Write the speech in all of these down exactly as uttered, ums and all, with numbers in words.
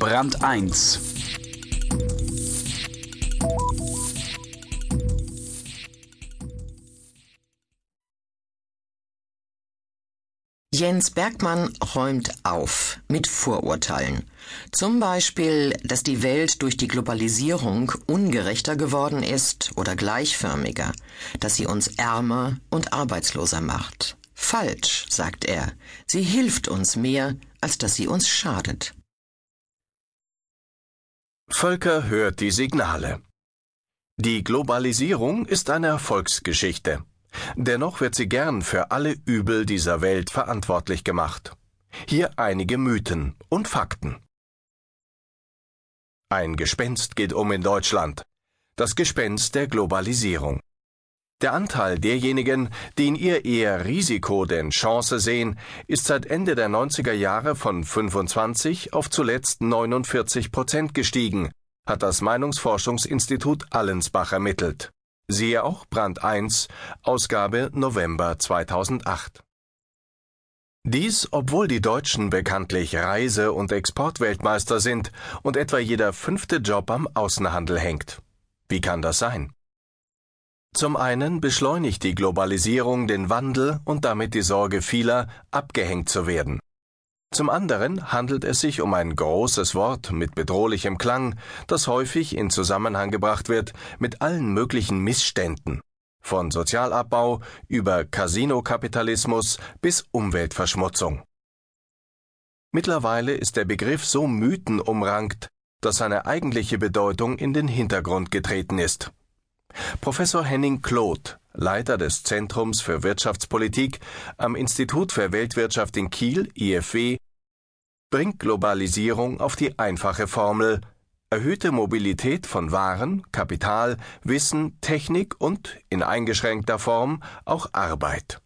Brand eins. Jens Bergmann räumt auf mit Vorurteilen. Zum Beispiel, dass die Welt durch die Globalisierung ungerechter geworden ist oder gleichförmiger, dass sie uns ärmer und arbeitsloser macht. Falsch, sagt er. Sie hilft uns mehr, als dass sie uns schadet. Völker hört die Signale. Die Globalisierung ist eine Erfolgsgeschichte. Dennoch wird sie gern für alle Übel dieser Welt verantwortlich gemacht. Hier einige Mythen und Fakten. Ein Gespenst geht um in Deutschland. Das Gespenst der Globalisierung. Der Anteil derjenigen, die in ihr eher Risiko denn Chance sehen, ist seit Ende der neunziger Jahre von fünfundzwanzig auf zuletzt neunundvierzig Prozent gestiegen, hat das Meinungsforschungsinstitut Allensbach ermittelt. Siehe auch Brand eins, Ausgabe November zweitausendacht. Dies, obwohl die Deutschen bekanntlich Reise- und Exportweltmeister sind und etwa jeder fünfte Job am Außenhandel hängt. Wie kann das sein? Zum einen beschleunigt die Globalisierung den Wandel und damit die Sorge vieler, abgehängt zu werden. Zum anderen handelt es sich um ein großes Wort mit bedrohlichem Klang, das häufig in Zusammenhang gebracht wird mit allen möglichen Missständen, von Sozialabbau über Casinokapitalismus bis Umweltverschmutzung. Mittlerweile ist der Begriff so mythenumrankt, dass seine eigentliche Bedeutung in den Hintergrund getreten ist. Professor Henning Kloth, Leiter des Zentrums für Wirtschaftspolitik am Institut für Weltwirtschaft in Kiel, I F W, bringt Globalisierung auf die einfache Formel: erhöhte Mobilität von Waren, Kapital, Wissen, Technik und, in eingeschränkter Form, auch Arbeit.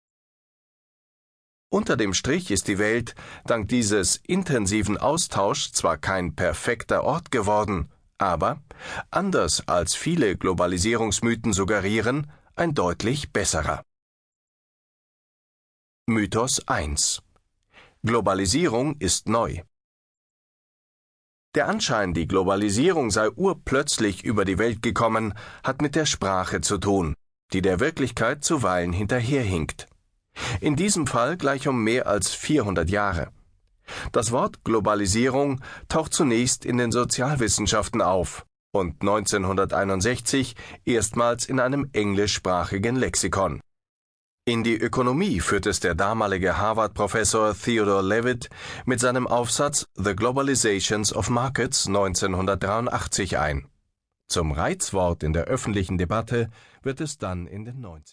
Unter dem Strich ist die Welt dank dieses intensiven Austauschs zwar kein perfekter Ort geworden, aber, anders als viele Globalisierungsmythen suggerieren, ein deutlich besserer. Mythos eins. Globalisierung ist neu. Der Anschein, die Globalisierung sei urplötzlich über die Welt gekommen, hat mit der Sprache zu tun, die der Wirklichkeit zuweilen hinterherhinkt. In diesem Fall gleich um mehr als vierhundert Jahre. Das Wort Globalisierung taucht zunächst in den Sozialwissenschaften auf und neunzehnhunderteinundsechzig erstmals in einem englischsprachigen Lexikon. In die Ökonomie führt es der damalige Harvard-Professor Theodore Levitt mit seinem Aufsatz The Globalizations of Markets neunzehnhundertdreiundachtzig ein. Zum Reizwort in der öffentlichen Debatte wird es dann in den neunziger